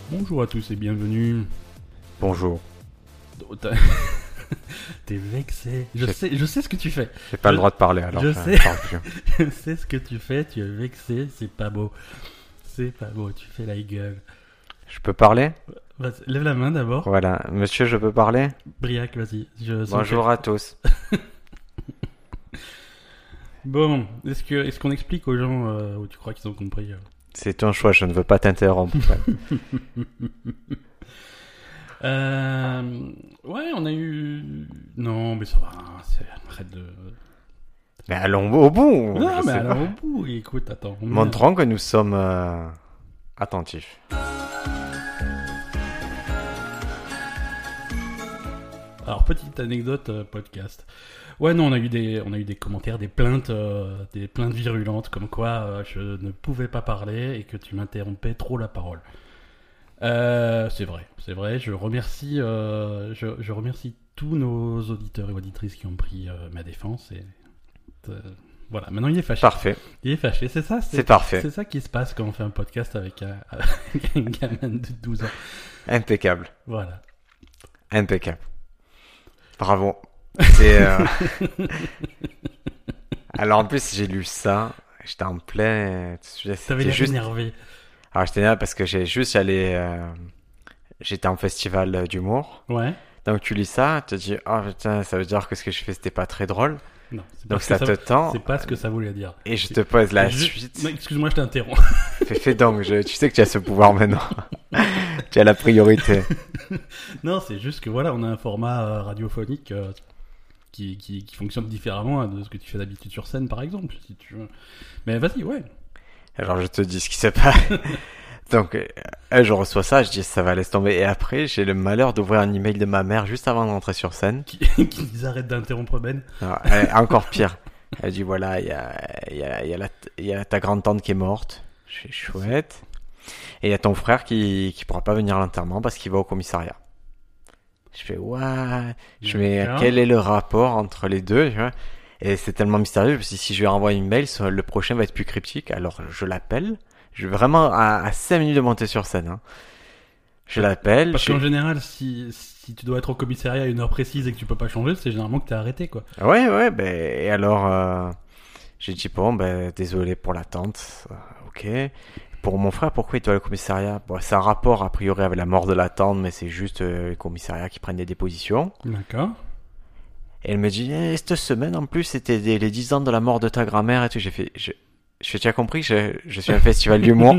Bonjour à tous et bienvenue. Bonjour. Oh, T'es vexé. Je sais ce que tu fais. J'ai pas le droit de parler alors. Je sais. parle plus. Je sais ce que tu fais. Tu es vexé. C'est pas beau. C'est pas beau. Tu fais la gueule. Je peux parler? Vas-y, lève la main d'abord. Voilà. Monsieur, je peux parler? Briac, vas-y. Bonjour à tous. Bon, est-ce qu'on explique aux gens où tu crois qu'ils ont compris C'est ton choix, je ne veux pas t'interrompre. Ouais, on a eu... Non, mais ça va. Arrête de... Mais allons au bout. Non, je mais sais alors pas. au bout, écoute, attends. Montrons que nous sommes attentifs. Alors, petite anecdote podcast. Ouais, non, on a eu des commentaires, des plaintes virulentes, comme quoi je ne pouvais pas parler et que tu m'interrompais trop la parole. C'est vrai. Je remercie tous nos auditeurs et auditrices qui ont pris ma défense. Et voilà, maintenant il est fâché. Parfait. Il est fâché, c'est ça. C'est parfait. C'est ça qui se passe quand on fait un podcast avec un gamin de 12 ans. Impeccable. Voilà. Impeccable. Bravo. C'est. Alors en plus, j'ai lu ça. J'étais en plein. T'avais l'air énervé. Alors j'étais énervé parce que j'étais en festival d'humour. Ouais. Donc tu lis ça, tu te dis oh putain, ça veut dire que ce que je fais c'était pas très drôle. Non, c'est donc ça te tend. C'est pas ce que ça voulait dire. Et je te pose la suite. Non, excuse-moi, je t'interromps. Fais donc, tu sais que tu as ce pouvoir maintenant. Tu as la priorité. Non, c'est juste que voilà, on a un format radiophonique qui fonctionne différemment de ce que tu fais d'habitude sur scène, par exemple, si tu veux. Mais vas-y, ouais. Alors je te dis ce qui se passe. Donc je reçois ça, je dis ça va, laisse tomber. Et après, j'ai le malheur d'ouvrir un email de ma mère juste avant d'entrer sur scène. Qui disent arrête d'interrompre Ben. Non, encore pire. Elle dit voilà, il y a ta grande-tante qui est morte. Je fais chouette. Et il y a ton frère qui pourra pas venir à l'enterrement parce qu'il va au commissariat. Je fais ouais. Je fais quel est le rapport entre les deux, tu vois? Et c'est tellement mystérieux. Je me suis dit, si je lui envoie une mail, le prochain va être plus cryptique. Alors je l'appelle. Je vais vraiment à 5 minutes de monter sur scène. Hein. Je l'appelle. Parce qu'en général, si tu dois être au commissariat à une heure précise et que tu peux pas changer, c'est généralement que t'es arrêté, quoi. Ouais. Et alors, j'ai dit bon, désolé pour l'attente. Ok. Pour mon frère, pourquoi il doit aller au commissariat? Bon, c'est un rapport a priori avec la mort de la tante, mais c'est juste les commissariats qui prennent des dépositions. D'accord. Et elle me dit, cette semaine en plus, c'était les 10 ans de la mort de ta grand-mère et tout. J'ai fait, tu as compris que je suis un festival d'humour.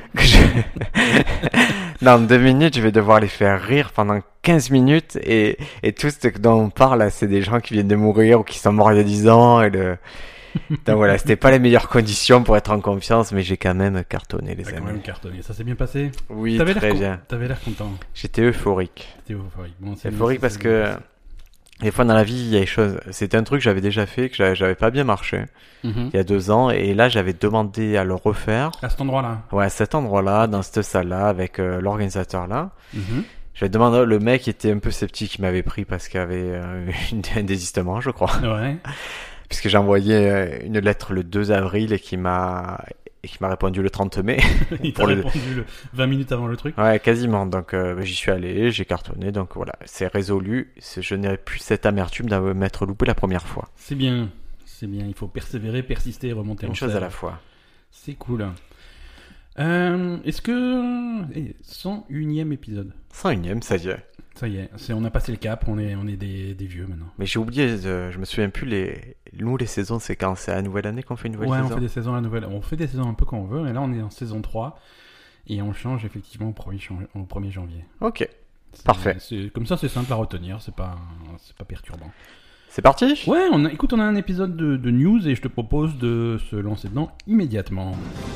Dans 2 minutes, je vais devoir les faire rire pendant 15 minutes et tout ce dont on parle, là, c'est des gens qui viennent de mourir ou qui sont morts il y a 10 ans donc voilà, c'était pas les meilleures conditions pour être en confiance, mais j'ai quand même cartonné, les amis. Quand même cartonné. Ça s'est bien passé? Oui, très bien. T'avais l'air content. J'étais euphorique. Bon, euphorique parce que des fois dans la vie, il y a des choses. C'était un truc que j'avais déjà fait, que j'avais pas bien marché il y a 2 ans, et là j'avais demandé à le refaire. À cet endroit-là? Ouais, à cet endroit-là, dans cette salle-là, avec l'organisateur-là. J'avais demandé, le mec était un peu sceptique, il m'avait pris parce qu'il avait un désistement, je crois. Ouais. Puisque j'ai envoyé une lettre le 2 avril et qui m'a répondu le 30 mai. Il t'a répondu 20 minutes avant le truc. Ouais, quasiment. Donc j'y suis allé, j'ai cartonné. Donc voilà, c'est résolu. Je n'ai plus cette amertume de m'être loupé la première fois. C'est bien. Il faut persévérer, persister et remonter en Une chose à la fois. C'est cool. Est-ce que... 101e épisode. 101e, ça y est. Ça y est, on a passé le cap, on est des vieux maintenant. Mais j'ai oublié, je me souviens plus, les saisons, c'est quand? C'est à la nouvelle année qu'on fait une nouvelle saison? Ouais, on fait des saisons à la nouvelle. On fait des saisons un peu quand on veut, mais là on est en saison 3 et on change effectivement au 1er janvier. Ok, parfait. Comme ça, c'est simple à retenir, c'est pas perturbant. C'est parti? Ouais, écoute, on a un épisode de news et je te propose de se lancer dedans immédiatement.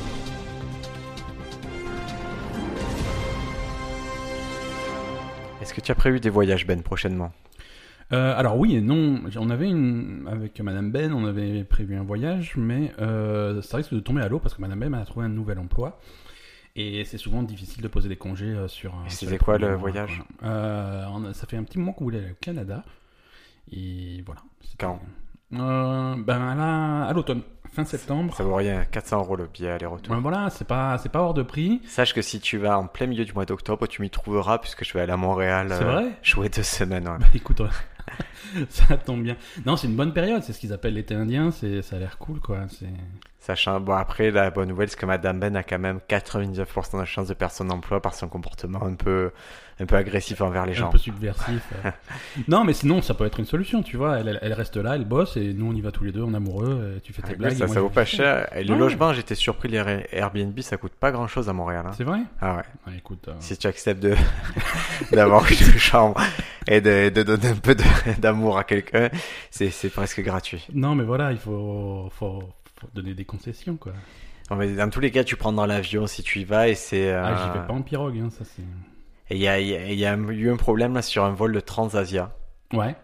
Est-ce que tu as prévu des voyages, Ben, prochainement? Alors oui et non, avec Madame Ben, on avait prévu un voyage, mais ça risque de tomber à l'eau parce que Madame Ben a trouvé un nouvel emploi et c'est souvent difficile de poser des congés sur. C'était quoi le voyage? Ça fait un petit moment qu'on voulait aller au Canada et voilà. Quand? Ben là, à l'automne, fin septembre. Ça vaut rien, 400 € le billet aller-retour. Ouais, voilà, c'est pas hors de prix. Sache que si tu vas en plein milieu du mois d'octobre, tu m'y trouveras puisque je vais aller à Montréal C'est vrai jouer 2 semaines. Ouais. Bah écoute, ouais. Ça tombe bien. Non, c'est une bonne période, c'est ce qu'ils appellent l'été indien, ça a l'air cool, quoi. Sachant, bon après, la bonne nouvelle, c'est que Madame Ben a quand même 99% de chance de perdre son emploi par son comportement un peu agressif envers les gens. Un peu subversif. Non, mais sinon, ça peut être une solution, tu vois. Elle reste là, elle bosse, et nous, on y va tous les deux, on est amoureux, tu fais tes blagues. Ça vaut pas cher. Et le logement, j'étais surpris, les Airbnb, ça coûte pas grand chose à Montréal. Hein. C'est vrai? Ah ouais. Ouais, écoute, si tu acceptes d'avoir une chambre et de donner un peu d'amour à quelqu'un, c'est presque gratuit. Non, mais voilà, il faut donner des concessions, quoi. Non, mais dans tous les cas, tu prends dans l'avion si tu y vas et c'est. Ah, j'y vais pas en pirogue, hein, ça c'est. Et il y a eu un problème là sur un vol de Transasia. Ouais.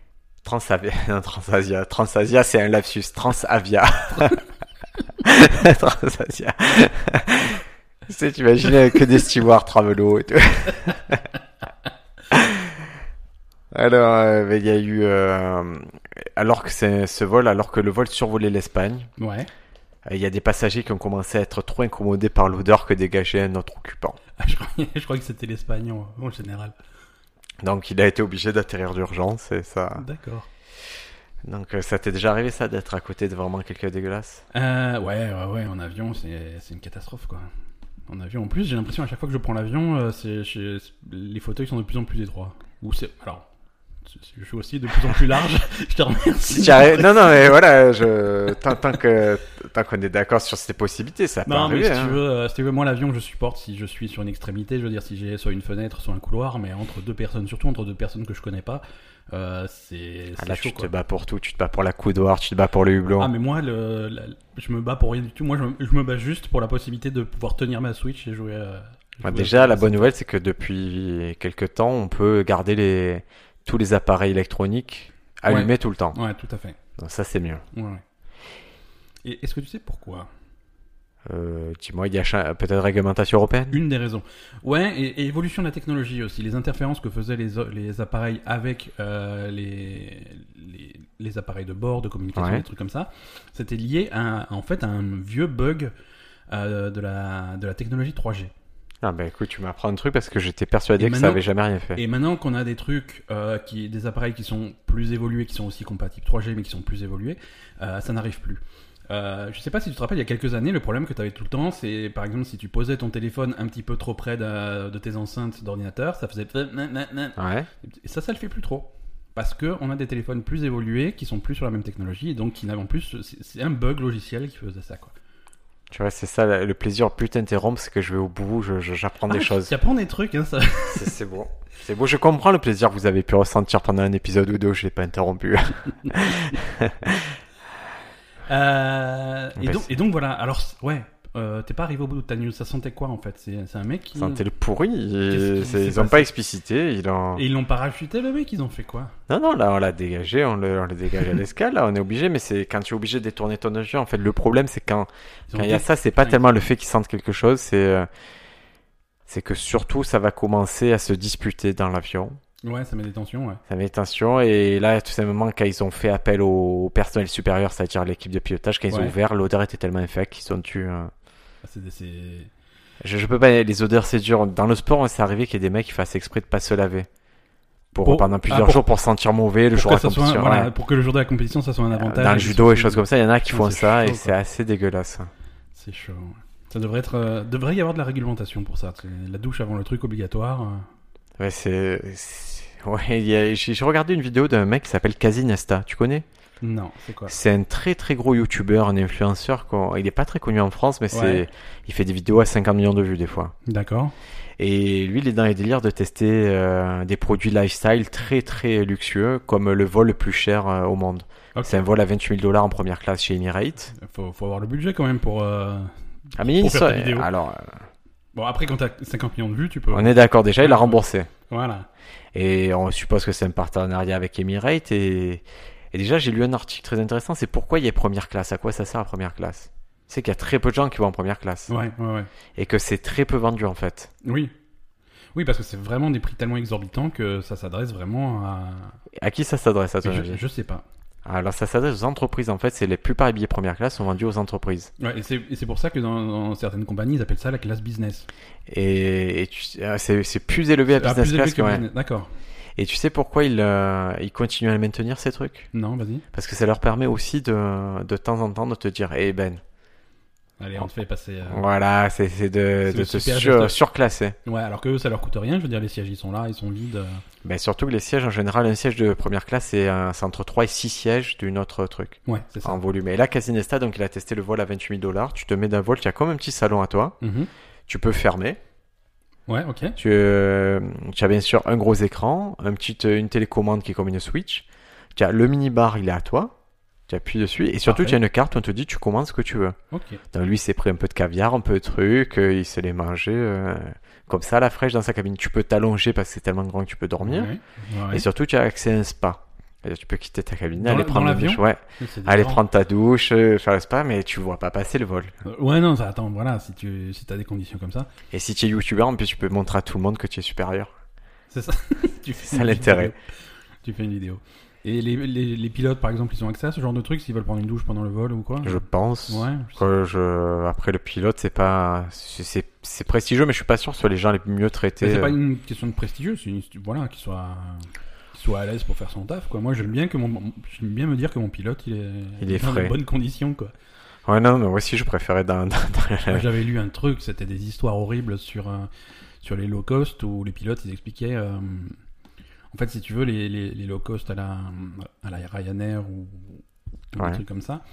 Transasia, c'est un lapsus. Transavia. Transasia. Tu sais, t'imagines que des stewards travelots et tout. Alors, il y a eu, alors que le vol survolait l'Espagne, ouais. Il y a des passagers qui ont commencé à être trop incommodés par l'odeur que dégageait notre occupant. Ah, je crois que c'était l'Espagne en général. Donc, il a été obligé d'atterrir d'urgence et ça. D'accord. Donc, ça t'est déjà arrivé ça, d'être à côté de vraiment quelqu'un dégueulasse? Ouais, en avion, c'est une catastrophe, quoi. En avion, en plus, j'ai l'impression à chaque fois que je prends l'avion, les fauteuils sont de plus en plus étroits. Alors, je suis aussi de plus en plus large. Je te remercie. Non, mais voilà, tant qu'on est d'accord sur ces possibilités, ça peut arriver. Mais si tu veux, moi l'avion, je supporte si je suis sur une extrémité. Je veux dire, si j'ai soit une fenêtre, soit un couloir, mais entre deux personnes, surtout entre deux personnes que je connais pas, c'est là, chaud, tu te bats pour tout. Tu te bats pour la coudoir, tu te bats pour le hublot. Ah, mais moi, je me bats pour rien du tout. Moi, je me bats juste pour la possibilité de pouvoir tenir ma Switch et jouer. Déjà, la bonne nouvelle, c'est que depuis quelques temps, on peut garder tous les appareils électroniques allumés tout le temps. Ouais, tout à fait. Donc ça, c'est mieux. Ouais. Et est-ce que tu sais pourquoi? Dis-moi, il y a peut-être réglementation européenne? Une des raisons. Ouais, et évolution de la technologie aussi. Les interférences que faisaient les appareils avec les appareils de bord, de communication, des trucs comme ça, c'était lié en fait à un vieux bug de la technologie 3G. Ah bah écoute, tu m'apprends un truc parce que j'étais persuadé que ça avait jamais rien fait. Et maintenant qu'on a des trucs, des appareils qui sont plus évolués, qui sont aussi compatibles 3G mais qui sont plus évolués, ça n'arrive plus. Je sais pas si tu te rappelles, il y a quelques années, le problème que tu avais tout le temps, c'est par exemple si tu posais ton téléphone un petit peu trop près de tes enceintes d'ordinateur, ça faisait... Ouais. Et ça le fait plus trop. Parce qu'on a des téléphones plus évolués, qui sont plus sur la même technologie, et donc qui n'avent en plus... C'est un bug logiciel qui faisait ça, quoi. Tu vois, c'est ça, le plaisir plus t'interrompre, c'est que je vais au bout, j'apprends des choses. Tu apprends des trucs, hein, ça. C'est beau. C'est beau, je comprends le plaisir que vous avez pu ressentir pendant un épisode ou deux, je l'ai pas interrompu. Et donc voilà, alors, ouais, t'es pas arrivé au bout de ta news, ça sentait quoi en fait? C'est un mec qui... Ça sentait le pourri, ils ont pas explicité, Et ils l'ont parachuté le mec, ils ont fait quoi? Non, là on l'a dégagé, on l'a dégagé à l'escale, là on est obligé, mais c'est quand tu es obligé de détourner ton avion, en fait le problème c'est quand il y a ça, c'est pas tellement le fait qu'ils sentent quelque chose, c'est que surtout ça va commencer à se disputer dans l'avion. Ouais, ça met des tensions, ouais. Ça met des tensions, et là, tout simplement, quand ils ont fait appel au personnel supérieur, c'est-à-dire l'équipe de pilotage, quand ils ont ouvert, l'odeur était tellement infecte qu'ils sont tués. Je peux pas, les odeurs, c'est dur. Dans le sport, c'est arrivé qu'il y ait des mecs qui fassent exprès de pas se laver. Pendant plusieurs jours pour sentir mauvais le jour de la compétition. Voilà, pour que le jour de la compétition, ça soit un avantage. Dans le judo et choses comme ça, il y en a qui font ça, et c'est assez dégueulasse. C'est chaud. Ça devrait y avoir de la réglementation pour ça. La douche avant le truc obligatoire. Ouais, ouais, j'ai regardé une vidéo d'un mec qui s'appelle Kazinesta, tu connais? Non, c'est quoi? C'est un très très gros youtubeur, un influenceur, il est pas très connu en France, mais il fait des vidéos à 50 millions de vues des fois. D'accord. Et lui, il est dans les délires de tester des produits lifestyle très très luxueux, comme le vol le plus cher au monde. Okay. C'est un vol à $28 000 en première classe chez Emirates. Faut avoir le budget quand même pour faire ta vidéo. Alors... Bon, après, quand t'as 50 millions de vues, tu peux... On est d'accord, déjà, il a remboursé. Voilà. Et on suppose que c'est un partenariat avec Emirates. Et déjà, j'ai lu un article très intéressant, c'est pourquoi il y a première classe. À quoi ça sert la première classe? C'est qu'il y a très peu de gens qui vont en première classe. Ouais. Et que c'est très peu vendu, en fait. Oui, parce que c'est vraiment des prix tellement exorbitants que ça s'adresse vraiment à... À qui ça s'adresse, à ton avis? Je sais pas. Alors ça s'adresse aux entreprises en fait, c'est les plupart des billets première classe sont vendus aux entreprises. Ouais, et c'est pour ça que dans certaines compagnies, ils appellent ça la classe business. C'est plus élevé à business plus élevé class que ouais. business. D'accord. Et tu sais pourquoi ils continuent à les maintenir ces trucs? Non, vas-y. Parce que ça leur permet aussi de temps en temps de te dire, eh Ben, Allez, on te fait passer. voilà, c'est de le te super geste. surclasser. Ouais, alors que eux, ça leur coûte rien. Je veux dire, les sièges, ils sont là, ils sont vides. Ben surtout que les sièges en général, un siège de première classe c'est entre 3 et 6 sièges d'une autre truc Ouais, c'est ça. en volume. Et là, Casinesta, donc il a testé le vol à $28. Tu te mets d'un vol, tu as comme un petit salon à toi. Mhm. Tu peux fermer. Ouais, ok. Tu as bien sûr un gros écran, une télécommande qui est comme une Switch. Tu as le mini-bar, il est à toi. Tu appuies dessus. Et surtout, Parfait. tu as une carte où on te dit tu commandes ce que tu veux. Ok. Donc lui, il s'est pris un peu de caviar, un peu de trucs. Il se les mangé comme ça à la fraîche dans sa cabine. Tu peux t'allonger parce que c'est tellement grand que tu peux dormir. Ouais. Ouais. Et surtout, tu as accès à un spa. C'est-à-dire, tu peux quitter ta cabine, Dans aller la- prendre dans une l'avion douche. Ouais, C'est aller différent. prendre ta douche, faire le spa, mais tu vois pas passer le vol. Ouais, non, ça, attends, voilà, si t'as des conditions comme ça, Et si tu es youtubeur, en plus, tu peux montrer à tout le monde que tu es supérieur. c'est ça. Tu fais C'est ça une l'intérêt. vidéo. Tu fais une vidéo. Et les pilotes, par exemple, ils ont accès à ce genre de truc s'ils veulent prendre une douche pendant le vol ou quoi? Je pense. Ouais. Après le pilote, c'est prestigieux, mais je suis pas sûr que ce soit les gens les mieux traités. Mais c'est pas une question de prestigieux, voilà, qu'il soit à l'aise pour faire son taf, quoi. Moi, j'aime bien me dire que mon pilote, Il est dans frais. de bonnes conditions, quoi. Ouais, non, mais moi aussi, je préférais Moi, j'avais lu un truc, c'était des histoires horribles sur les low cost où les pilotes, ils expliquaient. En fait, si tu veux, les low cost à la Ryanair ou Ouais. des trucs comme ça,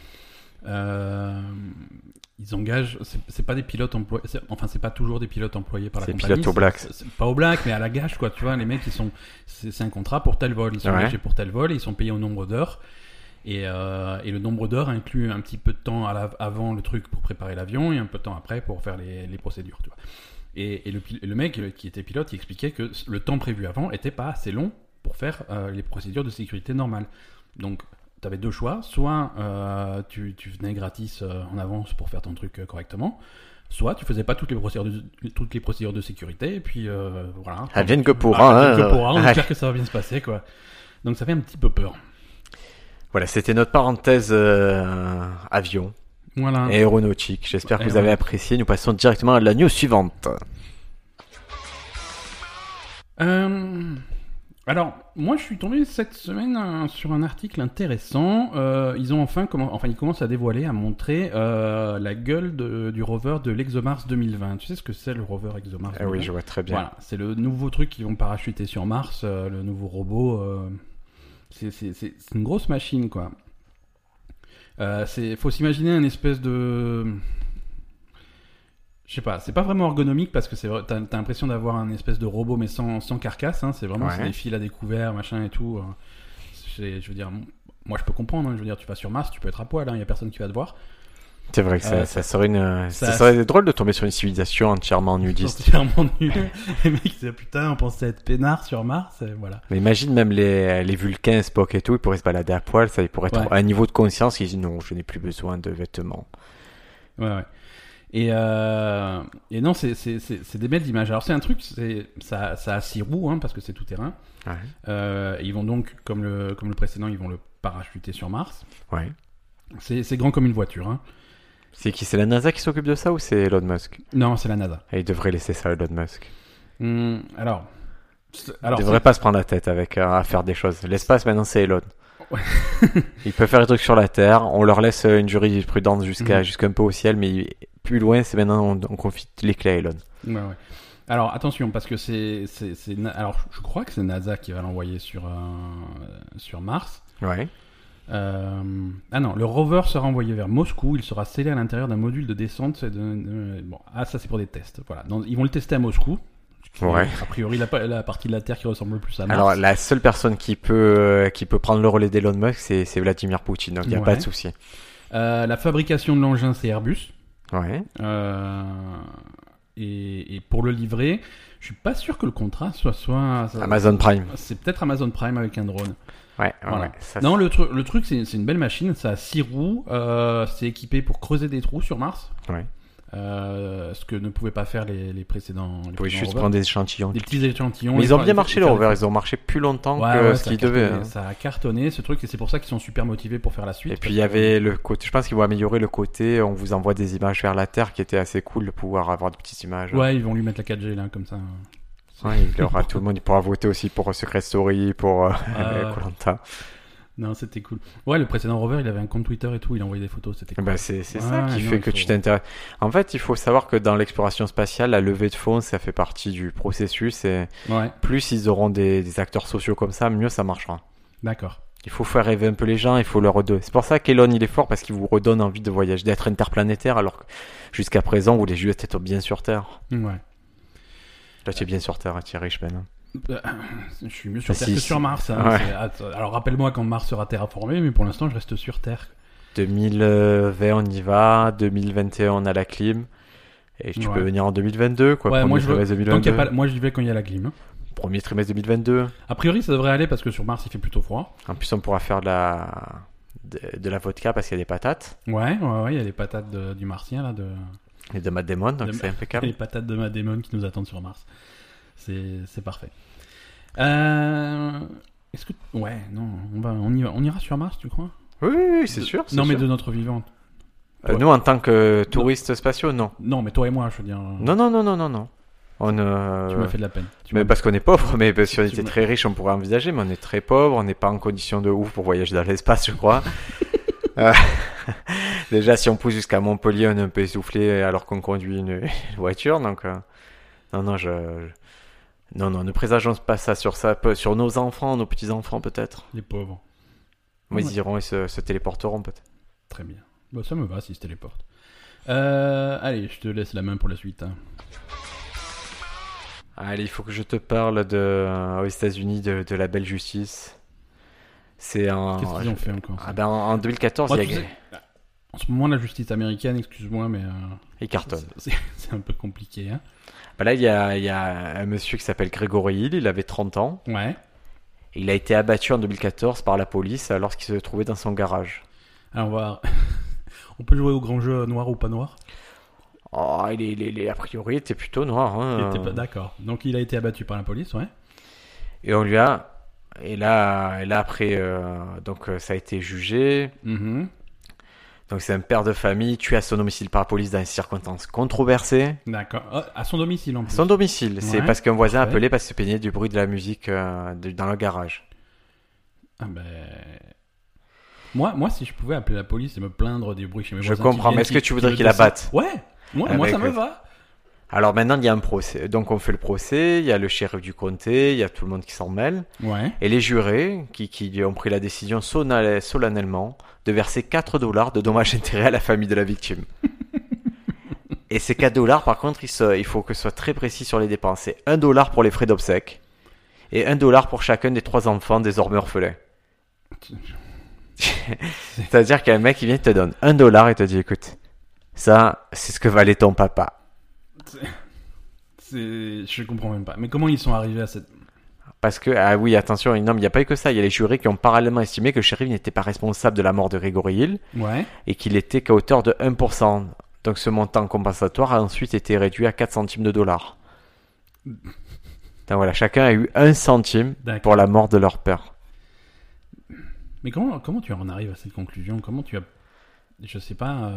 ils engagent. C'est pas des pilotes employés. Enfin, c'est pas toujours des pilotes employés par la C'est compagnie. pilote au black. C'est pas au black, mais à la gage, quoi. Tu vois, les mecs, c'est un contrat pour tel vol. Ils sont Ouais. engagés pour tel vol et ils sont payés au nombre d'heures. Et le nombre d'heures inclut un petit peu de temps avant le truc pour préparer l'avion et un peu de temps après pour faire les procédures, tu vois. Et le mec qui était pilote, il expliquait que le temps prévu avant était pas assez long pour faire les procédures de sécurité normales. Donc, tu avais deux choix. Soit tu venais gratis en avance pour faire ton truc correctement, soit tu faisais pas toutes les procédures de sécurité, et puis voilà. Advienne que pourra, Advienne que hein. pourra, on Ouais. espère que ça va bien se passer, quoi. Donc ça fait un petit peu peur. Voilà, c'était notre parenthèse avion Voilà. et aéronautique. J'espère que vous avez Aéronautique. apprécié. Nous passons directement à la news suivante. Alors, moi, je suis tombé cette semaine sur un article intéressant. Ils ont ils commencent à dévoiler, à montrer la gueule du rover de l'ExoMars 2020. Tu sais ce que c'est le rover ExoMars 2020? Oui, je vois très bien. Voilà, c'est le nouveau truc qu'ils vont parachuter sur Mars, le nouveau robot. C'est une grosse machine, quoi. Faut s'imaginer un espèce de... Je sais pas, c'est pas vraiment ergonomique parce que t'as l'impression d'avoir un espèce de robot mais sans carcasse, hein. C'est vraiment Ouais. c'est des fils à découvert, machin et tout. Je veux dire, moi je peux comprendre, hein. Je veux dire, tu vas sur Mars, tu peux être à poil, hein. Y a personne qui va te voir. C'est vrai que ça ça- serait ça- ça serait drôle de tomber sur une civilisation entièrement nudiste. C'est entièrement nul. Les mecs disaient putain, on pensait être peinard sur Mars, et voilà. Mais imagine même les Vulcains, Spock et tout, ils pourraient se balader à poil, ça, ils pourraient être Ouais. à un niveau de conscience, ils disent non, je n'ai plus besoin de vêtements. Ouais. Et non, c'est des belles images. Alors c'est un truc, ça a 6 roues, hein, parce que c'est tout terrain. Ouais. Ils vont donc, comme le précédent, ils vont le parachuter sur Mars. Ouais. C'est grand comme une voiture, hein. C'est qui? C'est la NASA qui s'occupe de ça ou c'est Elon Musk? Non, c'est la NASA. Et il devrait laisser ça à Elon Musk. Alors, Il devrait pas se prendre la tête avec à faire des choses. L'espace maintenant c'est Elon. Ouais. Il peut faire des trucs sur la Terre. On leur laisse une jurisprudence jusqu'à Mhm. un peu au ciel, mais plus loin c'est maintenant on confie les clés à Elon. Ouais. Alors attention, parce que alors je crois que c'est NASA qui va l'envoyer sur Mars. Ouais. Ah non, le rover sera envoyé vers Moscou. Il sera scellé à l'intérieur d'un module de descente. Ça c'est pour des tests. Voilà. Ils vont le tester à Moscou. Ouais. A priori, la partie de la Terre qui ressemble le plus à Mars. Alors la seule personne qui peut prendre le relais d'Elon Musk c'est Vladimir Poutine, donc il n'y a Ouais. pas de souci. La fabrication de l'engin, c'est Airbus. Ouais. Et pour le livrer, je suis pas sûr que le contrat soit Amazon Prime. C'est peut-être Amazon Prime avec un drone. Ouais. Voilà. Ouais. Ça, Non, le truc, c'est une belle machine. Ça a 6 roues. C'est équipé pour creuser des trous sur Mars. Ouais. Ce que ne pouvaient pas faire les précédents. Vous pouvez juste prendre des échantillons. Des petits échantillons. Mais ils ont bien marché, les rovers. Ils ont marché plus longtemps que ce qu'ils devaient. Hein. Ça a cartonné, ce truc, et c'est pour ça qu'ils sont super motivés pour faire la suite. Et puis il y avait le côté, je pense qu'ils vont améliorer le côté, on vous envoie des images vers la Terre, qui était assez cool de pouvoir avoir des petites images. Ouais, ils vont lui mettre la 4G là, comme ça. Ouais, il aura tout le monde, il pourra voter aussi pour Secret Story, pour Koh-Lanta. Non, c'était cool. Ouais, le précédent rover, il avait un compte Twitter et tout, il envoyait des photos, c'était cool. Bah, c'est ça qui fait que tu t'intéresses. En fait, il faut savoir que dans l'exploration spatiale, la levée de fonds, ça fait partie du processus. Et plus ils auront des acteurs sociaux comme ça, mieux ça marchera. D'accord. Il faut faire rêver un peu les gens, il faut leur redonner. C'est pour ça qu'Elon, il est fort, parce qu'il vous redonne envie de voyager, d'être interplanétaire, alors que jusqu'à présent, vous voulez juste être bien sur Terre. Ouais. Là, tu es bien sur Terre, tu es riche, Ben. Je suis mieux sur Terre que sur Mars. Hein. Ouais. Alors rappelle-moi quand Mars sera terraformé, mais pour l'instant je reste sur Terre. 2020 on y va, 2021 on a la clim, et tu peux venir en 2022 quoi. Ouais, moi je veux... moi j'y vais quand il y a la clim. Hein. Premier trimestre 2022. A priori ça devrait aller parce que sur Mars il fait plutôt froid. En plus on pourra faire de la vodka parce qu'il y a des patates. Ouais, il y a les patates du Martien là et de Matt Damon, donc c'est impeccable. Les patates de Matt Damon qui nous attendent sur Mars. C'est parfait. Est-ce que... Ouais, non, on ira sur Mars, tu crois? Oui, c'est sûr. Non, mais de notre vivante. Nous, en tant que touristes spatiaux, non. Non, mais toi et moi, je veux dire... Non. Tu m'as fait de la peine. Mais parce qu'on est pauvre, mais parce qu'on était très riche, on pourrait envisager, mais on est très pauvre, on n'est pas en condition de ouf pour voyager dans l'espace, je crois. Déjà, si on pousse jusqu'à Montpellier, on est un peu essoufflé alors qu'on conduit une voiture, donc... Non, ne présageons pas ça sur nos enfants, nos petits-enfants peut-être. Les pauvres. Moi, ils iront et se téléporteront peut-être. Très bien. Bah, ça me va s'ils se téléportent. Allez, je te laisse la main pour la suite. Hein. Allez, il faut que je te parle aux États-Unis de la belle justice. Qu'est-ce qu'ils ont fait encore en 2014, en ce moment, la justice américaine, excuse-moi, mais... il cartonne. C'est un peu compliqué, hein. Là, il y a un monsieur qui s'appelle Gregory Hill, il avait 30 ans. Ouais. Et il a été abattu en 2014 par la police lorsqu'il se trouvait dans son garage. Alors, on peut jouer au grand jeu noir ou pas noir? Oh, a priori, il était plutôt noir. Hein. D'accord. Donc, il a été abattu par la police, ouais. Et on lui a... Et là après, ça a été jugé. Mm-hmm. Donc c'est un père de famille tué à son domicile par la police dans des circonstances controversées. D'accord. À son domicile en plus. Son domicile, ouais. C'est parce qu'un voisin a appelé parce qu'il se plaignait du bruit de la musique dans le garage. Ah ben... Moi, si je pouvais appeler la police et me plaindre des bruits chez mes voisins... Je comprends, mais est-ce que tu voudrais qu'il abatte? Ouais, moi ça me va. Alors maintenant, il y a un procès. Donc on fait le procès, il y a le shérif du comté, il y a tout le monde qui s'en mêle. Ouais. Et les jurés qui ont pris la décision solennellement de verser $4 de dommages et intérêts à la famille de la victime. Et ces $4, par contre, il faut que ce soit très précis sur les dépenses. C'est $1 pour les frais d'obsèques et $1 pour chacun des 3 enfants désormais orphelins. C'est-à-dire qu'il y a un mec qui vient et te donne $1 et te dit, écoute, ça, c'est ce que valait ton papa. Je comprends même pas. Mais comment ils sont arrivés à cette... Parce que, ah oui, attention, non, mais il n'y a pas eu que ça. Il y a les jurés qui ont parallèlement estimé que le shérif n'était pas responsable de la mort de Gregory Hill. Ouais. Et qu'il était qu'à hauteur de 1%. Donc ce montant compensatoire a ensuite été réduit à 4 centimes de dollars. Donc voilà, chacun a eu 1 centime pour la mort de leur père. Mais comment tu en arrives à cette conclusion? Comment tu as... Je sais pas...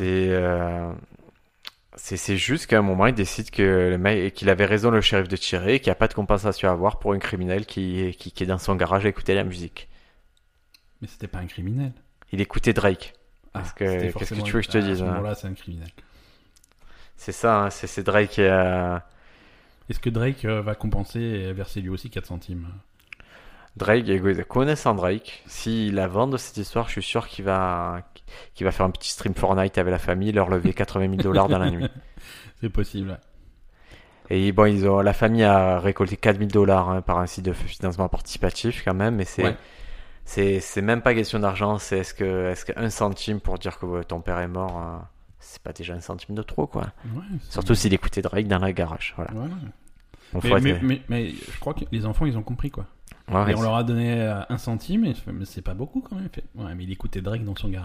C'est juste qu'à un moment, il décide que le mec, qu'il avait raison, le shérif, de tirer, et qu'il n'y a pas de compensation à avoir pour un criminel qui est dans son garage à écouter la musique. Mais c'était pas un criminel. Il écoutait Drake. Qu'est-ce que tu veux que je te dise? À ce moment-là, c'est un criminel. C'est ça, hein, c'est Drake qui Est-ce que Drake va compenser et verser lui aussi 4 centimes? Drake, connaissant Drake, s'il la vend de cette histoire, je suis sûr qu'il va faire un petit stream Fortnite avec la famille, leur lever $80 000 dans la nuit. C'est possible. Et bon, la famille a récolté $4 000 hein, par un site de financement participatif quand même, mais c'est même pas question d'argent. C'est est-ce que 1 centime pour dire que ton père est mort, c'est pas déjà 1 centime de trop quoi. Ouais, surtout s'il écoutait Drake dans le garage. Voilà. Ouais. Mais je crois que les enfants ils ont compris quoi. Ouais, et on leur a donné 1 centime, mais c'est pas beaucoup quand même. Ouais, mais il écoutait Drake dans son garage.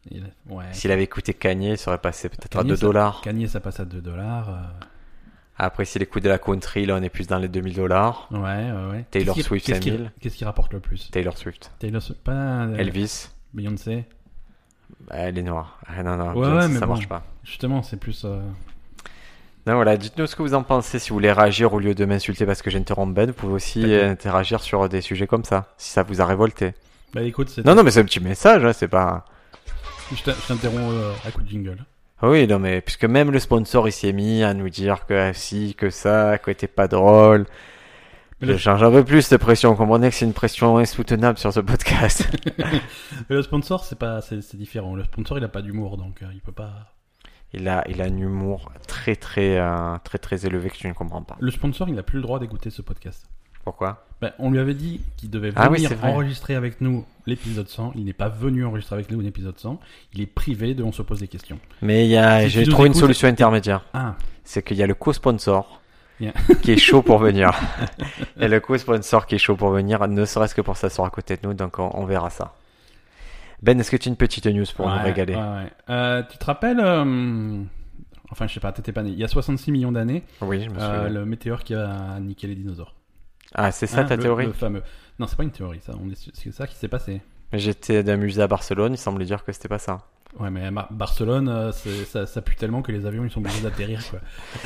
Ouais. S'il avait écouté Kanye, ça aurait passé peut-être à Kanye, $2. Kanye, ça passe à $2. Après, s'il écoute de la country, là, on est plus dans les $2000. Ouais. Taylor Swift, 5000. Qu'est-ce qui rapporte le plus? Taylor Swift. Taylor Swift, pas Elvis. Beyoncé. Elle est noire. Ah, non, Ouais, Beyoncé, mais ça bon. marche pas. Justement, c'est plus. Non, voilà, dites-nous ce que vous en pensez. Si vous voulez réagir au lieu de m'insulter parce que j'interromps Ben, vous pouvez aussi interagir sur des sujets comme ça, si ça vous a révolté. Bah écoute, c'est. Non, mais c'est un petit message, hein, c'est pas... Je t'interromps à coup de jingle. Ah oui, non, mais puisque même le sponsor, il s'est mis à nous dire que si, que ça, que t'es pas drôle. J'en veux plus cette pression. Vous comprenez que c'est une pression insoutenable sur ce podcast. Le sponsor, c'est différent. Le sponsor, il a pas d'humour, donc il peut pas. Il a un humour très élevé que tu ne comprends pas. Le sponsor, il n'a plus le droit d'écouter ce podcast. Pourquoi? On lui avait dit qu'il devait Ah oui, venir c'est vrai. enregistrer avec nous l'épisode 100. Il n'est pas venu enregistrer avec nous l'épisode 100. Il est privé de On se pose des questions. Mais Si j'ai tu nous trouvé une écoutes- solution intermédiaire. Ah, C'est qu'il y a le co-sponsor Yeah. qui est chaud pour venir. Et le co-sponsor qui est chaud pour venir, ne serait-ce que pour s'asseoir à côté de nous, donc on verra ça. Ben, est-ce que tu as une petite news pour nous régaler? Ouais. Tu te rappelles enfin, je sais pas, t'étais pas né. Il y a 66 millions d'années, Oui, je me souviens. le météore qui a niqué les dinosaures. Ah, c'est ça ta théorie? Le fameux. Non, c'est pas une théorie, ça. C'est ça qui s'est passé. J'étais d'un musée à Barcelone, il semblait dire que c'était pas ça. Ouais, mais Barcelone, ça pue tellement que les avions ils sont obligés d'atterrir, quoi.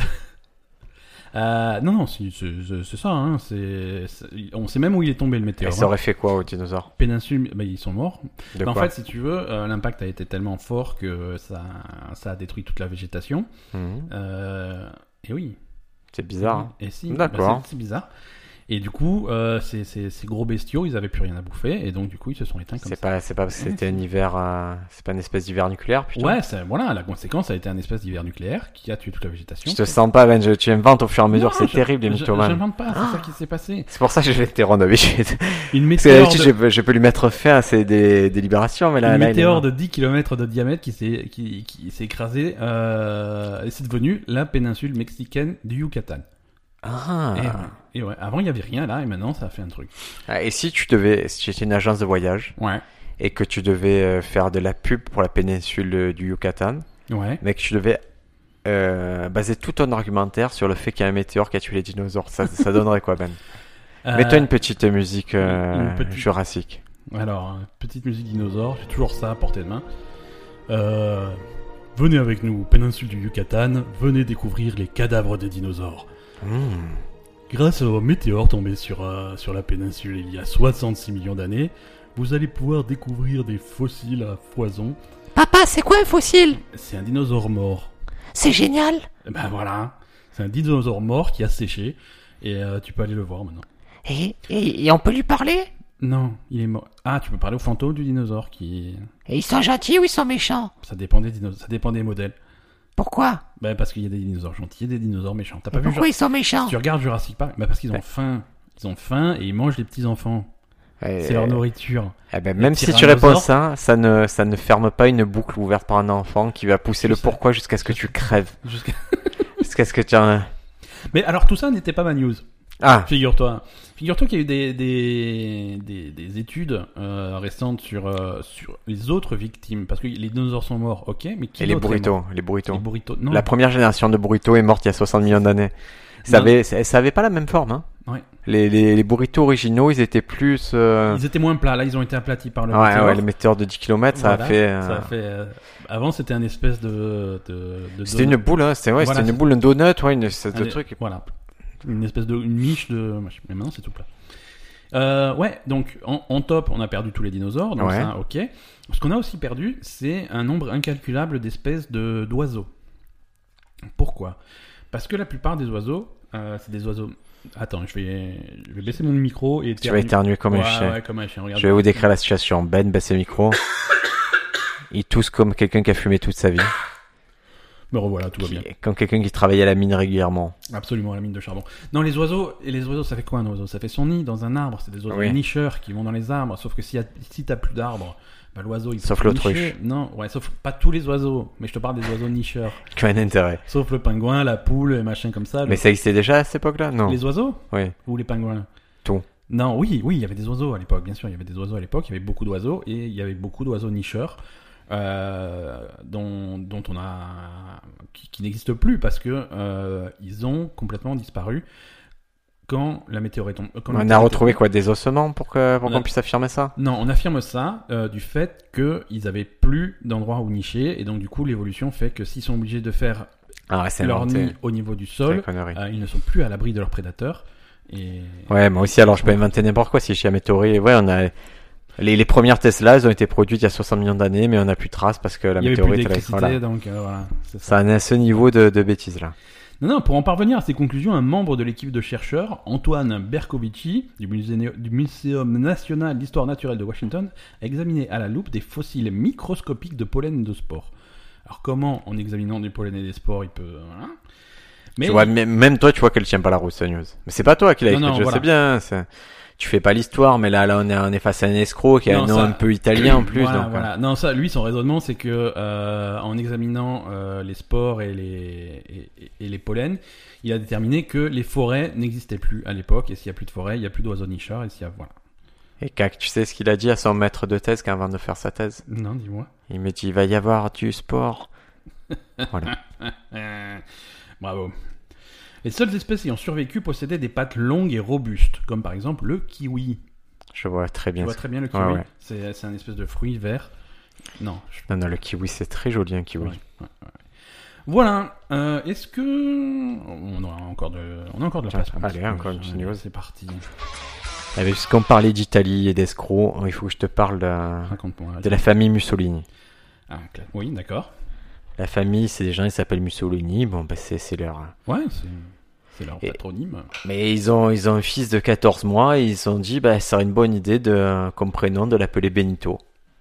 Non, c'est ça. Hein. On sait même où il est tombé le Et météore. ça aurait fait quoi aux dinosaures? Péninsule, ils sont morts. De En quoi? fait, si tu veux, l'impact a été tellement fort que ça a détruit toute la végétation. Mhm. Et oui. C'est bizarre. Hein. Et si. D'accord. C'est bizarre. Et du coup, ces gros bestiaux, ils avaient plus rien à bouffer, et donc du coup, ils se sont éteints comme ça. C'est pas parce que c'était un hiver, c'est pas une espèce d'hiver nucléaire, putain. Ouais, voilà, la conséquence a été un espèce d'hiver nucléaire qui a tué toute la végétation. Je te sens pas, Ben, tu inventes au fur et à mesure, Non, c'est terrible, les mythomanes. J'invente pas, c'est ça qui s'est passé. C'est pour ça que je vais t'interrompre d'habitude. Une Parce que météore, d'habitude, je peux lui mettre fin à ses délibérations, mais là, une il est météore mort. de 10 km de diamètre qui s'est écrasée, et c'est devenu la péninsule mexicaine du Yucatan. Ah. Et ouais, avant il y avait rien là, et maintenant ça a fait un truc. Ah, et si tu étais une agence de voyage, Ouais, et que tu devais faire de la pub pour la péninsule du Yucatan, ouais. mais que tu devais baser tout ton argumentaire sur le fait qu'il y a un météore qui a tué les dinosaures, ça donnerait quoi, Ben? Mets-toi une petite musique une petite- jurassique. Alors, petite musique dinosaure, j'ai toujours ça à portée de main. Venez avec nous, péninsule du Yucatan, venez découvrir les cadavres des dinosaures. Grâce au météore tombé sur la péninsule il y a 66 millions d'années, vous allez pouvoir découvrir des fossiles à foison. Papa, c'est quoi un fossile? C'est un dinosaure mort. C'est génial. Ben voilà, c'est un dinosaure mort qui a séché, et tu peux aller le voir maintenant. Et on peut lui parler? Non, il est mort. Ah, tu peux parler au fantôme du dinosaure qui... Et ils sont gentils ou ils sont méchants? Ça dépend des modèles. Pourquoi? Ben parce qu'il y a des dinosaures gentils et des dinosaures méchants. T'as pas vu Pourquoi ils sont méchants? Si tu regardes Jurassic Park, bah parce qu'ils ont faim. Ils ont faim et ils mangent les petits-enfants. C'est leur nourriture. Eh ben, même si tu tyrannosaures. réponds ça ne ferme pas une boucle ouverte par un enfant qui va pousser Je le sais. pourquoi jusqu'à ce que tu crèves. Jusqu'à- Jusqu'à ce que tu en... Mais alors tout ça n'était pas ma news. Ah, Figure-toi qu'il y a eu des études récentes sur les autres victimes. Parce que les dinosaures sont morts, ok, mais qui et les d'autre est mort? burritos. Les burritos. Non. La première génération de burritos est morte il y a 60 millions d'années. Ça Non. avait pas la même forme, hein. Ouais. Les burritos originaux, ils étaient plus... Ils étaient moins plats. Là, ils ont été aplatis par le Ouais, météore. ouais, le météore de 10 km, ça a Voilà, fait... ça a fait, avant, c'était un espèce de C'était une boule, hein. C'était Voilà, une boule, un donut, ouais, une espèce de Allez, truc. Voilà. Une espèce une niche de... Mais maintenant, c'est tout plat. Ouais, donc en top, on a perdu tous les dinosaures, donc Ouais. ça, ok. Ce qu'on a aussi perdu, c'est un nombre incalculable d'espèces d'oiseaux. Pourquoi? Parce que la plupart des oiseaux, c'est des oiseaux... Attends, je vais baisser mon micro et Tu vas éternuer comme un chien. Ouais, comme un chien, regarde. Je vais vous décrire la situation. Ben baisse le micro. Il tousse comme quelqu'un qui a fumé toute sa vie. Me revoilà, tout va bien. Comme quelqu'un qui travaille à la mine régulièrement. Absolument, la mine de charbon. Non, les oiseaux, ça fait quoi un oiseau? Ça fait son nid dans un arbre, c'est des oiseaux Oui. nicheurs qui vont dans les arbres, sauf que si t'as plus d'arbres, bah, l'oiseau il peut Sauf plus l'autruche. nicher. Non, ouais, sauf pas tous les oiseaux, mais je te parle des oiseaux nicheurs. Qui a un intérêt. Sauf le pingouin, la poule, et machin comme ça. Mais ça existait déjà à cette époque-là? Non. Les oiseaux? Oui. Ou les pingouins? Tout. Non, oui, il y avait des oiseaux à l'époque, bien sûr, il y avait des oiseaux à l'époque, il y avait beaucoup d'oiseaux, et il y avait beaucoup d'oiseaux nicheurs. dont on a qui n'existent plus parce que ils ont complètement disparu quand la météorite tombe. On a retrouvé quoi, des ossements pour qu'on puisse affirmer ça? Non, on affirme ça du fait qu'ils avaient plus d'endroits où nicher et donc du coup l'évolution fait que s'ils sont obligés de faire leur nid au niveau du sol, ils ne sont plus à l'abri de leurs prédateurs. Et... Ouais, moi aussi, alors je peux inventer n'importe quoi si je suis à météorite. Ouais, on a les premières Tesla, elles ont été produites il y a 60 millions d'années, mais on n'a plus de traces parce que la météorite, elle est voilà. Donc voilà, c'est ça en est à ce niveau de bêtises là. Non, pour en parvenir à ces conclusions, un membre de l'équipe de chercheurs, Antoine Bercovici, du Muséum national d'histoire naturelle de Washington, a examiné à la loupe des fossiles microscopiques de pollen et de spores. Alors comment, en examinant du pollen et des spores, il peut... Voilà. Mais tu vois, même toi, tu vois qu'elle tient pas la route, sa news. Mais c'est pas toi qui l'as écrit, je sais bien. Tu fais pas l'histoire, mais là, on est face à un escroc qui a un nom un peu italien en plus. Voilà, donc, voilà. Non, ça, lui, son raisonnement, c'est que en examinant les spores et les pollens, il a déterminé que les forêts n'existaient plus à l'époque. Et s'il y a plus de forêt, il y a plus d'oiseaux nichards. Et s'il y a voilà. Et Cac, tu sais ce qu'il a dit à son maître de thèse avant de faire sa thèse? Non, dis-moi. Il me dit, il va y avoir du sport. Voilà. Bravo. Les seules espèces ayant survécu possédaient des pattes longues et robustes, comme par exemple le kiwi. Je vois très bien. Tu vois très bien le kiwi. Ouais. C'est un espèce de fruit vert. Non, le kiwi, c'est très joli, un kiwi. Ouais. Voilà. Est-ce que on a encore de la place? Allez, encore une petite news. C'est parti. Puisqu'on parlait d'Italie et d'escrocs, il faut que je te parle de la famille Mussolini. Ah, oui, d'accord. La famille, c'est des gens, ils s'appellent Mussolini. Bon, c'est leur... Ouais, c'est leur patronyme. Mais ils ont un fils de 14 mois et ils se sont dit, ça serait une bonne idée comme prénom de l'appeler Benito.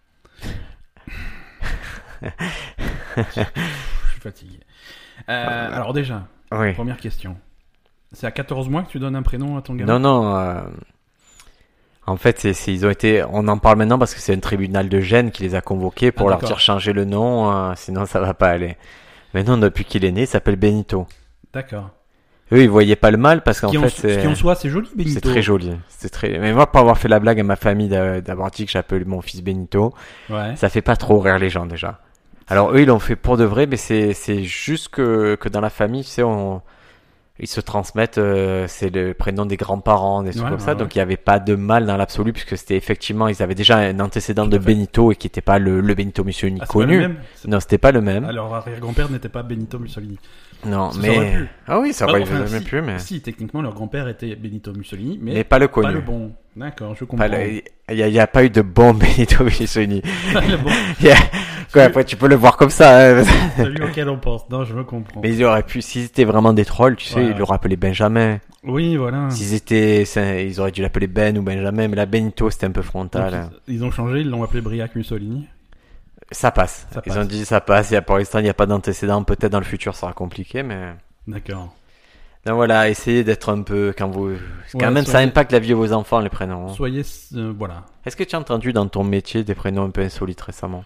Je suis fatigué. Alors déjà, première question. C'est à 14 mois que tu donnes un prénom à ton gamin? Non. En fait, ils ont été. On en parle maintenant parce que c'est un tribunal de Gênes qui les a convoqués pour leur dire changer le nom, sinon ça va pas aller. Mais non, depuis qu'il est né, il s'appelle Benito. D'accord. Eux, ils voyaient pas le mal parce qu'en fait, ce qui en soit, c'est joli, Benito. C'est très joli. Mais moi, pour avoir fait la blague à ma famille d'avoir dit que j'appelle mon fils Benito, ça fait pas trop rire les gens déjà. Alors eux, ils l'ont fait pour de vrai, mais c'est juste que dans la famille, tu sais, ils se transmettent, c'est le prénom des grands-parents, des trucs comme ça. Donc il n'y avait pas de mal dans l'absolu, puisque c'était effectivement, ils avaient déjà un antécédent de Benito et qui n'était pas le Benito Mussolini connu. Non, c'était pas le même. Alors arrière-grand-père n'était pas Benito Mussolini. Non, mais ah oui, ça aurait jamais pu, mais si techniquement leur grand-père était Benito Mussolini, mais pas le connu, pas le bon. D'accord, je comprends. Il y a pas eu de bon Benito Mussolini. Le bon. Après, tu peux le voir comme ça. Celui auquel on pense. Non, je me comprends. Mais ils auraient pu, s'ils étaient vraiment des trolls, tu sais, ils l'auraient appelé Benjamin. Oui, voilà. Ils auraient dû l'appeler Ben ou Benjamin, mais la Benito, c'était un peu frontal. Donc, ils ont changé, ils l'ont appelé Briac Mussolini. Ça passe. Ils ont dit ça passe. Pour l'instant, il n'y a pas d'antécédent. Peut-être dans le futur, ça sera compliqué, mais. D'accord. Donc voilà, essayez d'être un peu ça impacte la vie de vos enfants, les prénoms. Soyez voilà. Est-ce que tu as entendu dans ton métier des prénoms un peu insolites récemment?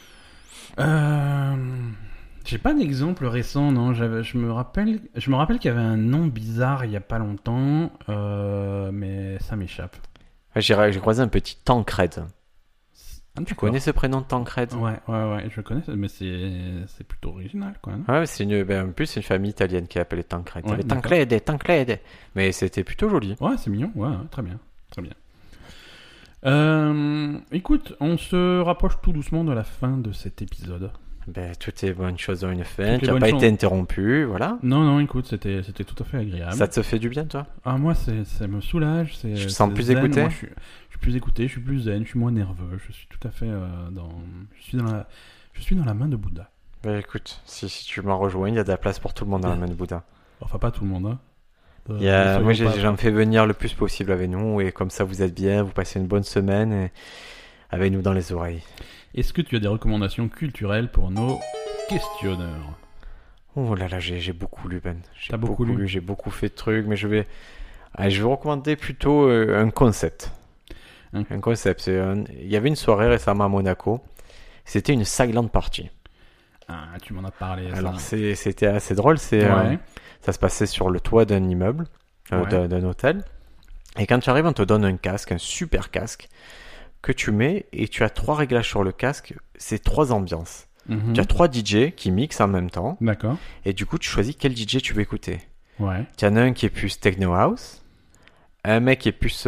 J'ai pas d'exemple récent, non. Je me rappelle qu'il y avait un nom bizarre il y a pas longtemps, mais ça m'échappe. J'ai croisé un petit Tancred. Tu connais ce prénom Tancred? Ouais, je connais, mais c'est plutôt original, quoi. Non? Ouais, en plus c'est une famille italienne qui est appelée Tancred. Ouais, Tancred. Mais c'était plutôt joli. Ouais, c'est mignon. Ouais, très bien. Écoute, on se rapproche tout doucement de la fin de cet épisode. Toutes les bonnes choses ont une fin. Tu n'as pas été interrompu, voilà. Non, écoute, c'était tout à fait agréable. Ça te fait du bien, toi? Ah, moi, ça me soulage. Je te sens plus zen. écouté? Moi, je suis plus écouté, je suis plus zen, je suis moins nerveux. Je suis tout à fait je suis dans la main de Bouddha. Écoute, si tu m'en rejoins, il y a de la place pour tout le monde dans la main de Bouddha. Enfin, pas tout le monde, hein. Moi, j'en fais venir le plus possible avec nous, et comme ça, vous êtes bien, vous passez une bonne semaine et avec nous dans les oreilles. Est-ce que tu as des recommandations culturelles pour nos questionneurs? Oh là là, j'ai beaucoup lu, Ben. T'as beaucoup lu? J'ai beaucoup fait de trucs, mais je vais recommander plutôt un concept. Un concept. Il y avait une soirée récemment à Monaco. C'était une silent party. Ah, tu m'en as parlé. Alors, c'était assez drôle. Ça se passait sur le toit d'un immeuble, d'un hôtel. Et quand tu arrives, on te donne un casque, un super casque, que tu mets et tu as 3 réglages sur le casque. C'est 3 ambiances. Mhm. Tu as 3 DJ qui mixent en même temps. D'accord. Et du coup, tu choisis quel DJ tu veux écouter. Ouais. Tu en as un qui est plus techno house. Un mec qui est plus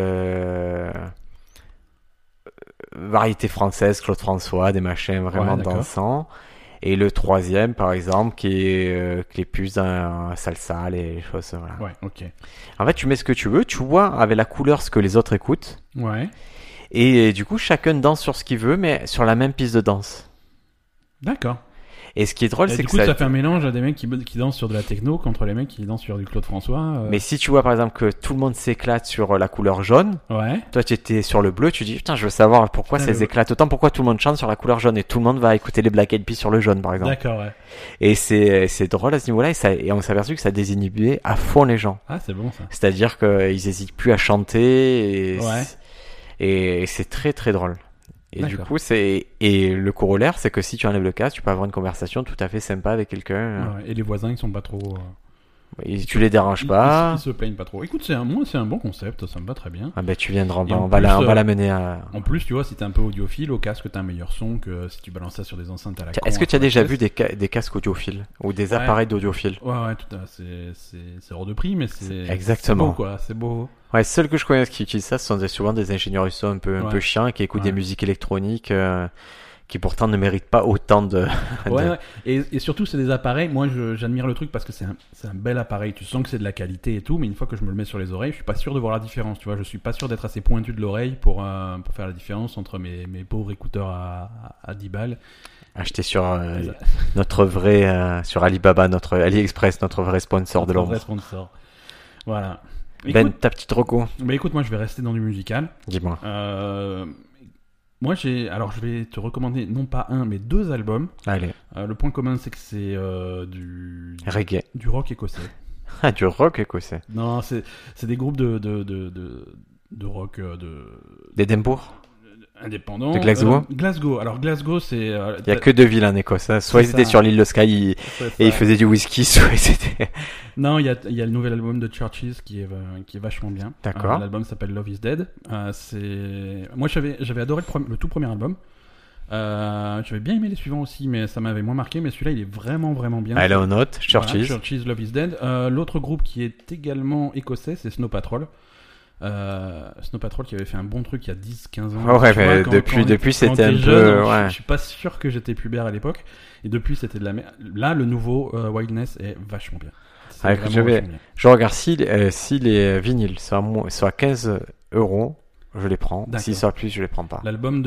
variété française, Claude François, des machins vraiment Ouais, d'accord. dansants. Et le troisième, par exemple, qui est plus dans salsa, les choses. Voilà. Ouais, ok. En fait, tu mets ce que tu veux, tu vois avec la couleur ce que les autres écoutent. Ouais. Et du coup, chacun danse sur ce qu'il veut, mais sur la même piste de danse. D'accord. Et ce qui est drôle, Et c'est du que coup, ça fait un mélange à des mecs qui dansent sur de la techno contre les mecs qui dansent sur du Claude François. Mais si tu vois par exemple que tout le monde s'éclate sur la couleur jaune, Ouais. toi tu étais sur le bleu, tu dis putain, je veux savoir pourquoi Putain, ça s'éclate autant, pourquoi tout le monde chante sur la couleur jaune et tout le monde va écouter les Black Eyed Peas sur le jaune par exemple. D'accord, ouais. Et c'est drôle à ce niveau-là et on s'est aperçu que ça désinhibait à fond les gens. Ah, c'est bon ça. C'est-à-dire qu'ils hésitent plus à chanter Ouais. et c'est très très drôle. Et du D'accord. coup, et le corollaire, c'est que si tu enlèves le casque, tu peux avoir une conversation tout à fait sympa avec quelqu'un. Ouais, et les voisins, ils sont pas trop. Et tu les déranges pas. Ils se plaignent pas trop. Écoute, c'est un bon concept, ça me va très bien. Ah ben tu viendras, Et en on va plus, on va l'amener à. En plus, tu vois, si t'es un peu audiophile, au casque, t'as un meilleur son que si tu balances ça sur des enceintes à la con. Est-ce que tu as à déjà fond vu des casques audiophiles ou des Ouais. appareils d'audiophiles? Ouais, tout à fait. C'est hors de prix, mais c'est. Exactement. C'est beau, quoi. C'est beau. Ouais, ceux que je connais qui utilisent ça, ce sont souvent des ingénieurs du son un peu Ouais. chiants qui écoutent Ouais. des musiques électroniques qui pourtant ne méritent pas autant de. Ouais, ouais. Et surtout, c'est des appareils. Moi, j'admire le truc parce que c'est un bel appareil. Tu sens que c'est de la qualité et tout, mais une fois que je me le mets sur les oreilles, je suis pas sûr de voir la différence. Tu vois, je suis pas sûr d'être assez pointu de l'oreille pour faire la différence entre mes pauvres écouteurs à 10 balles. Acheter sur notre vrai sur Alibaba, notre AliExpress, notre vrai sponsor de Notre vrai l'ombre. sponsor. Voilà. Ben, Écoute, ta petite reco, écoute, moi, je vais rester dans du musical. dis-moi. Moi, je vais te recommander non pas un, mais 2 albums. Allez, Le point commun, c'est que c'est reggae. du rock écossais. Ah, du rock écossais. Non, c'est des groupes de rock D'Édimbourg. indépendants. De Glasgow Glasgow. Alors, Glasgow, c'est. Il y a que 2 villes en Écosse. Hein. Soit C'est ils étaient ça. sur l'île de Skye et ils faisaient du whisky, soit ils étaient. Non, il y a le nouvel album de Churches qui est vachement bien. D'accord. L'album s'appelle Love is Dead. Moi, j'avais adoré le tout premier album. J'avais bien aimé les suivants aussi, mais ça m'avait moins marqué. Mais celui-là, il est vraiment, vraiment bien. Allez, on note. Voilà, Churches. Churches, Love is Dead. L'autre groupe qui est également écossais, c'est Snow Patrol. Snow Patrol qui avait fait un bon truc il y a 10-15 ans. Ouais, Tu vois, mais depuis, quand c'était t'es un jeune, peu. Ouais. je suis pas sûr que j'étais pubère à l'époque. Et depuis, c'était de la merde. Là, le nouveau Wildness est vachement bien. C'est écoute, vraiment vachement bien. Je regarde si les vinyles sont à 15 €, je les prends. D'accord. S'ils sont à plus, je les prends pas. L'album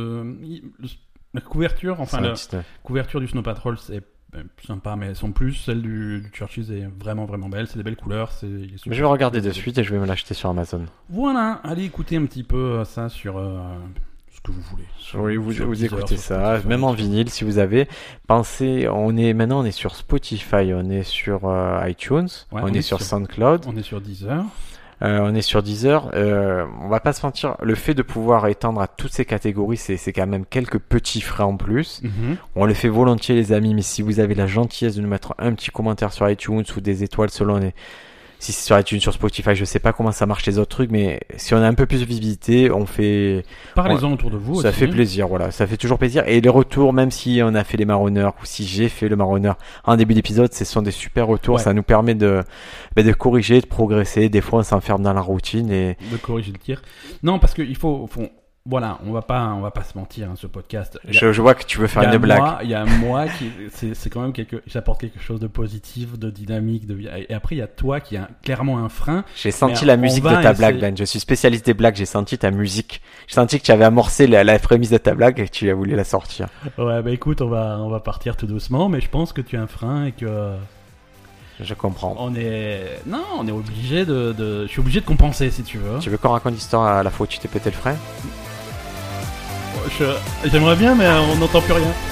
la couverture, enfin C'est la un petit- couverture du Snow Patrol, c'est sympa, mais sans plus. Celle du Churches est vraiment, vraiment belle. C'est des belles couleurs. Il est super. Mais je vais regarder de suite et je vais me l'acheter sur Amazon. Voilà, allez écouter un petit peu ça sur ce que vous voulez. Oui, vous Deezer, écoutez sur ça, Spotify. même en vinyle si vous avez. Pensez, maintenant on est sur Spotify, on est sur iTunes, Ouais, on est sur SoundCloud, On est sur Deezer. on est sur Deezer. On va pas se mentir, le fait de pouvoir étendre à toutes ces catégories, c'est quand même quelques petits frais en plus. Mhm. On le fait volontiers les amis, mais si vous avez la gentillesse de nous mettre un petit commentaire sur iTunes ou des étoiles selon si c'est sur iTunes, sur Spotify, je sais pas comment ça marche les autres trucs, mais si on a un peu plus de visibilité, on fait... Parlez-en autour de vous. Ça aussi. fait plaisir, voilà, ça fait toujours plaisir. Et les retours, même si on a fait les marronneurs ou si j'ai fait le marronneur en début d'épisode, ce sont des super retours. Ouais. Ça nous permet de corriger, de progresser. Des fois, on s'enferme dans la routine et De corriger le tir. Non, parce qu'il faut voilà, on va pas se mentir hein, ce podcast. je vois que tu veux faire Il y a une blague. Il y a moi qui c'est quand même j'apporte quelque chose de positif, de dynamique, et après il y a toi qui a clairement un frein. J'ai senti Mais la on musique de va ta blague, essayer- Ben. Je suis spécialiste des blagues. J'ai senti ta musique. J'ai senti que tu avais amorcé la prémisse de ta blague et que tu as voulu la sortir. Ouais, bah écoute, on va partir tout doucement, mais je pense que tu as un frein et que Je comprends. on est obligé je suis obligé de compenser si tu veux. Tu veux qu'on raconte l'histoire à la fois où tu t'es pété le frein? J'aimerais bien, mais on n'entend plus rien.